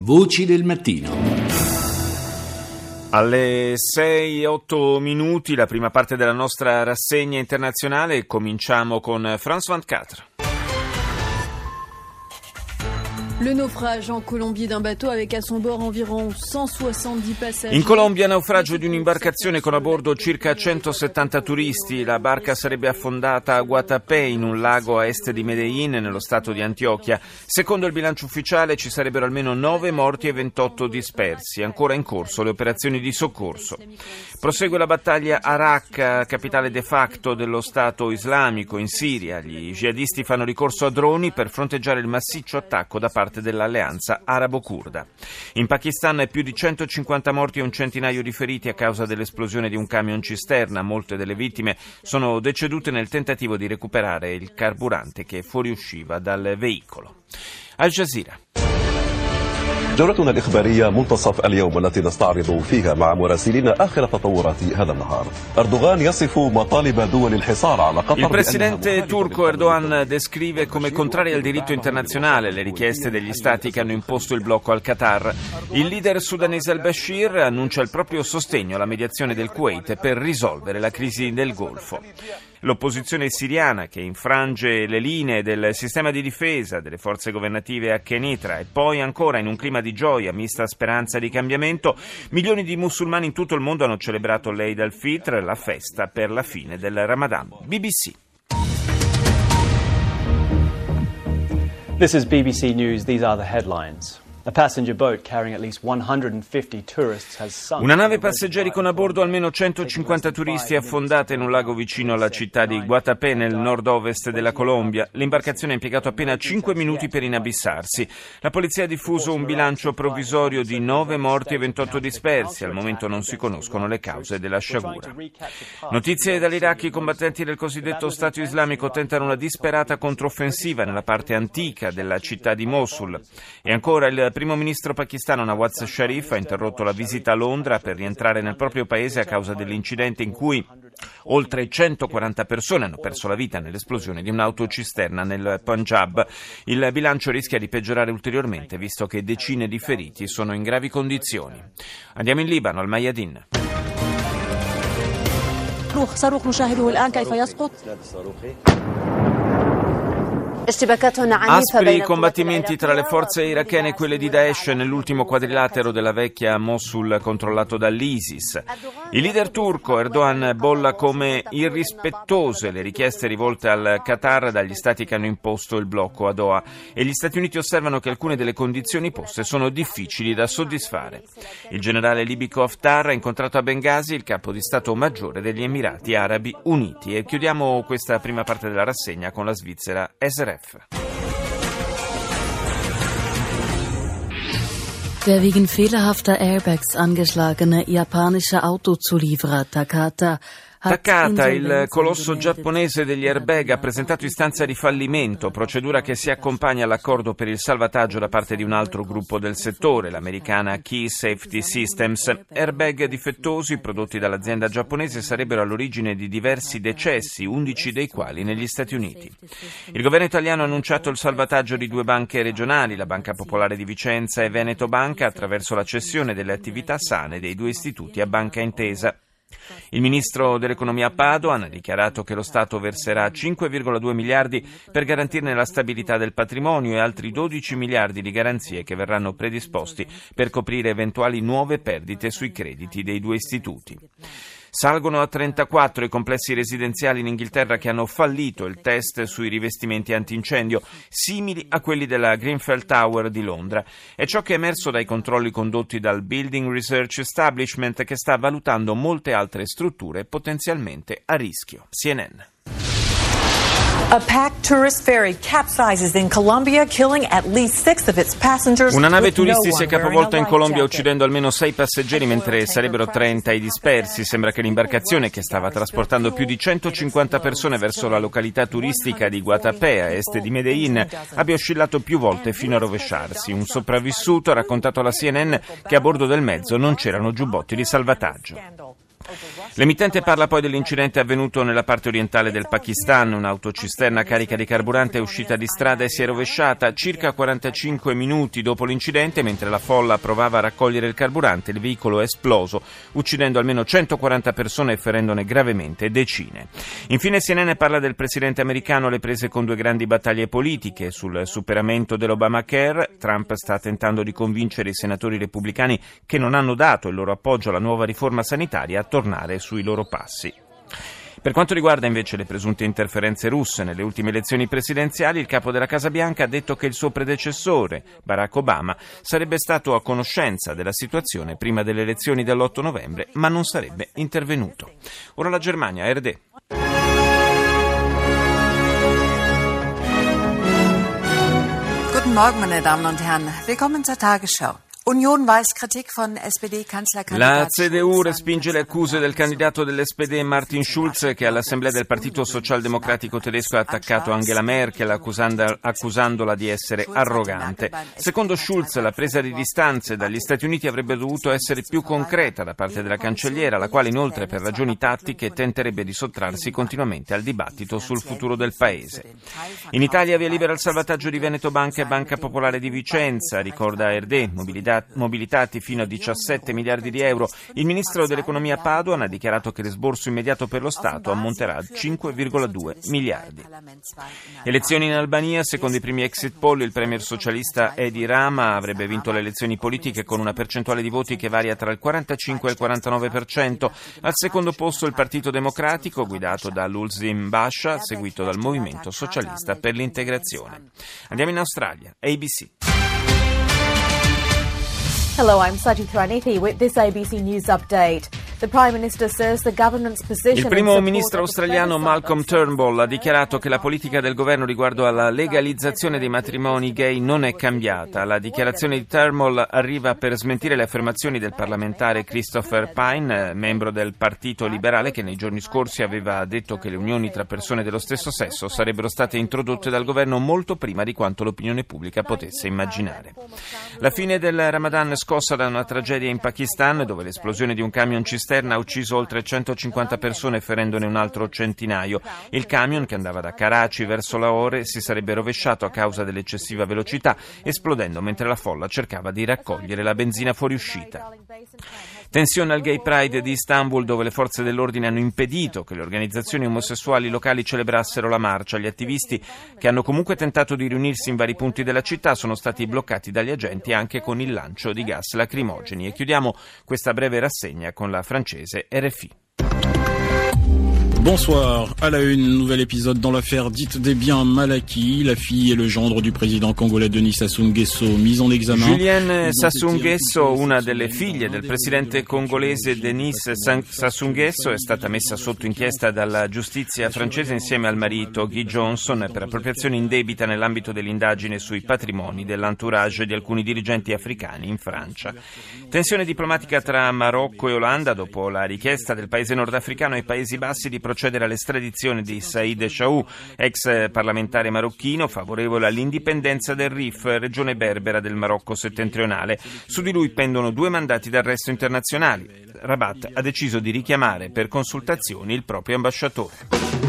Voci del mattino. Alle 6:08 la prima parte della nostra rassegna internazionale. Cominciamo con France 24. Le naufrage en Colombie d'un bateau avec à son bord environ 170 passagers. In Colombia, naufragio di un'imbarcazione con a bordo circa 170 turisti. La barca sarebbe affondata a Guatapé, in un lago a est di Medellín, nello stato di Antioquia. Secondo il bilancio ufficiale ci sarebbero almeno 9 morti e 28 dispersi. Ancora in corso le operazioni di soccorso. Prosegue la battaglia a Raqqa, capitale de facto dello Stato islamico in Siria. Gli jihadisti fanno ricorso a droni per fronteggiare il massiccio attacco da parte dell'alleanza arabo-curda. In Pakistan più di 150 morti e un centinaio di feriti a causa dell'esplosione di un camion cisterna. Molte delle vittime sono decedute nel tentativo di recuperare il carburante che fuoriusciva dal veicolo. Al Jazeera. جولتنا الإخبارية منتصف اليوم التي نستعرض فيها مع مراسلين آخر تطورات هذا النهار. أردوغان يصف مطالب دول الحصار على قطر. Il presidente turco Erdogan descrive come contrarie al diritto internazionale le richieste degli stati che hanno imposto il blocco al Qatar. Il leader sudanese al-Bashir annuncia il proprio sostegno alla mediazione del Kuwait per risolvere la crisi del Golfo. L'opposizione siriana, che infrange le linee del sistema di difesa delle forze governative a Kenitra, e poi ancora in un clima di gioia, mista speranza di cambiamento, milioni di musulmani in tutto il mondo hanno celebrato l'Eid al-Fitr, la festa per la fine del Ramadan. BBC. This is BBC News. These are the headlines. A passenger boat carrying at least 150 tourists has sunk. Una nave passeggeri con a bordo almeno 150 turisti è affondata in un lago vicino alla città di Guatapé, nel nord-ovest della Colombia. L'imbarcazione ha impiegato appena 5 minuti per inabissarsi. La polizia ha diffuso un bilancio provvisorio di 9 morti e 28 dispersi. Al momento non si conoscono le cause della sciagura. Notizie dall'Iraq. I combattenti del cosiddetto Stato islamico tentano una disperata controffensiva nella parte antica della città di Mosul. E ancora il primo ministro pakistano Nawaz Sharif ha interrotto la visita a Londra per rientrare nel proprio paese a causa dell'incidente in cui oltre 140 persone hanno perso la vita nell'esplosione di un'autocisterna nel Punjab. Il bilancio rischia di peggiorare ulteriormente, visto che decine di feriti sono in gravi condizioni. Andiamo in Libano, al Mayadin. Aspri combattimenti tra le forze irachene e quelle di Daesh nell'ultimo quadrilatero della vecchia Mosul controllato dall'ISIS. Il leader turco Erdogan bolla come irrispettose le richieste rivolte al Qatar dagli stati che hanno imposto il blocco a Doha, e gli Stati Uniti osservano che alcune delle condizioni poste sono difficili da soddisfare. Il generale libico Haftar ha incontrato a Bengasi il capo di Stato Maggiore degli Emirati Arabi Uniti. E chiudiamo questa prima parte della rassegna con la Svizzera SRF. Der wegen fehlerhafter Airbags angeschlagene japanische Autozulieferer Takata, il colosso giapponese degli airbag, ha presentato istanza di fallimento, procedura che si accompagna all'accordo per il salvataggio da parte di un altro gruppo del settore, l'americana Key Safety Systems. Airbag difettosi prodotti dall'azienda giapponese sarebbero all'origine di diversi decessi, 11 dei quali negli Stati Uniti. Il governo italiano ha annunciato il salvataggio di 2 banche regionali, la Banca Popolare di Vicenza e Veneto Banca, attraverso la cessione delle attività sane dei 2 istituti a Banca Intesa. Il ministro dell'economia Padoan ha dichiarato che lo Stato verserà 5,2 miliardi per garantirne la stabilità del patrimonio e altri 12 miliardi di garanzie che verranno predisposti per coprire eventuali nuove perdite sui crediti dei 2 istituti. Salgono a 34 i complessi residenziali in Inghilterra che hanno fallito il test sui rivestimenti antincendio, simili a quelli della Grenfell Tower di Londra. È ciò che è emerso dai controlli condotti dal Building Research Establishment, che sta valutando molte altre strutture potenzialmente a rischio. CNN. A packed tourist ferry capsizes in Colombia, killing at least 6 of its passengers. Una nave turisti si è capovolta in Colombia uccidendo almeno 6 passeggeri, mentre sarebbero 30 i dispersi. Sembra che l'imbarcazione, che stava trasportando più di 150 persone verso la località turistica di Guatapé, a est di Medellín, abbia oscillato più volte fino a rovesciarsi. Un sopravvissuto ha raccontato alla CNN che a bordo del mezzo non c'erano giubbotti di salvataggio. L'emittente parla poi dell'incidente avvenuto nella parte orientale del Pakistan. Un'autocisterna carica di carburante è uscita di strada e si è rovesciata circa 45 minuti dopo l'incidente. Mentre la folla provava a raccogliere il carburante, il veicolo è esploso, uccidendo almeno 140 persone e ferendone gravemente decine. Infine CNN parla del presidente americano alle prese con due grandi battaglie politiche. Sul superamento dell'Obamacare, Trump sta tentando di convincere i senatori repubblicani che non hanno dato il loro appoggio alla nuova riforma sanitaria a tornare sui loro passi. Per quanto riguarda invece le presunte interferenze russe nelle ultime elezioni presidenziali, il capo della Casa Bianca ha detto che il suo predecessore, Barack Obama, sarebbe stato a conoscenza della situazione prima delle elezioni dell'8 novembre, ma non sarebbe intervenuto. Ora la Germania, ARD. Guten Morgen, meine Damen und Herren. Willkommen zur Tagesschau. Union weist Kritik von SPD-Kanzlerkandidat. La CDU respinge le accuse del candidato dell'SPD Martin Schulz, che all'Assemblea del Partito Socialdemocratico tedesco ha attaccato Angela Merkel accusandola di essere arrogante. Secondo Schulz, la presa di distanze dagli Stati Uniti avrebbe dovuto essere più concreta da parte della cancelliera, la quale inoltre per ragioni tattiche tenterebbe di sottrarsi continuamente al dibattito sul futuro del paese. In Italia via libera al salvataggio di Veneto Banca e Banca Popolare di Vicenza, ricorda ARD, mobilitati fino a 17 miliardi di euro. Il ministro dell'economia Padoan ha dichiarato che l'esborso immediato per lo Stato ammonterà a 5,2 miliardi. Elezioni in Albania, secondo i primi exit poll il premier socialista Edi Rama avrebbe vinto le elezioni politiche con una percentuale di voti che varia tra il 45 e il 49%. Al secondo posto il Partito Democratico, guidato da Lulzim Basha, seguito dal Movimento Socialista per l'Integrazione. Andiamo in Australia, ABC. Hello, I'm Sajid Raniti with this ABC News Update. The Prime Minister says the government's position. Il primo ministro australiano Malcolm Turnbull ha dichiarato che la politica del governo riguardo alla legalizzazione dei matrimoni gay non è cambiata. La dichiarazione di Turnbull arriva per smentire le affermazioni del parlamentare Christopher Pyne, membro del Partito Liberale, che nei giorni scorsi aveva detto che le unioni tra persone dello stesso sesso sarebbero state introdotte dal governo molto prima di quanto l'opinione pubblica potesse immaginare. La fine del Ramadan è scossa da una tragedia in Pakistan, dove l'esplosione di un camion cisterna ha ucciso oltre 150 persone, ferendone un altro centinaio. Il camion, che andava da Karachi verso Lahore, si sarebbe rovesciato a causa dell'eccessiva velocità, esplodendo mentre la folla cercava di raccogliere la benzina fuoriuscita. Tensione al Gay Pride di Istanbul, dove le forze dell'ordine hanno impedito che le organizzazioni omosessuali locali celebrassero la marcia. Gli attivisti, che hanno comunque tentato di riunirsi in vari punti della città, sono stati bloccati dagli agenti anche con il lancio di gas lacrimogeni. E chiudiamo questa breve rassegna con la francese RFI. Bonsoir. À la une, nouvel épisode dans l'affaire dite des biens mal acquis. La fille et le gendre du président congolais Denis Sassou Nguesso mis en examen. Julienne Sassou Nguesso, una delle figlie del presidente congolese Denis Sassou Nguesso, è stata messa sotto inchiesta dalla giustizia francese insieme al marito Guy Johnson per appropriazione indebita nell'ambito dell'indagine sui patrimoni dell'entourage di alcuni dirigenti africani in Francia. Tensione diplomatica tra Marocco e Olanda dopo la richiesta del paese nordafricano ai Paesi Bassi di procedere all'estradizione di Saïd Chaou, ex parlamentare marocchino favorevole all'indipendenza del Rif, regione berbera del Marocco settentrionale. Su di lui pendono 2 mandati d'arresto internazionali. Rabat ha deciso di richiamare per consultazioni il proprio ambasciatore.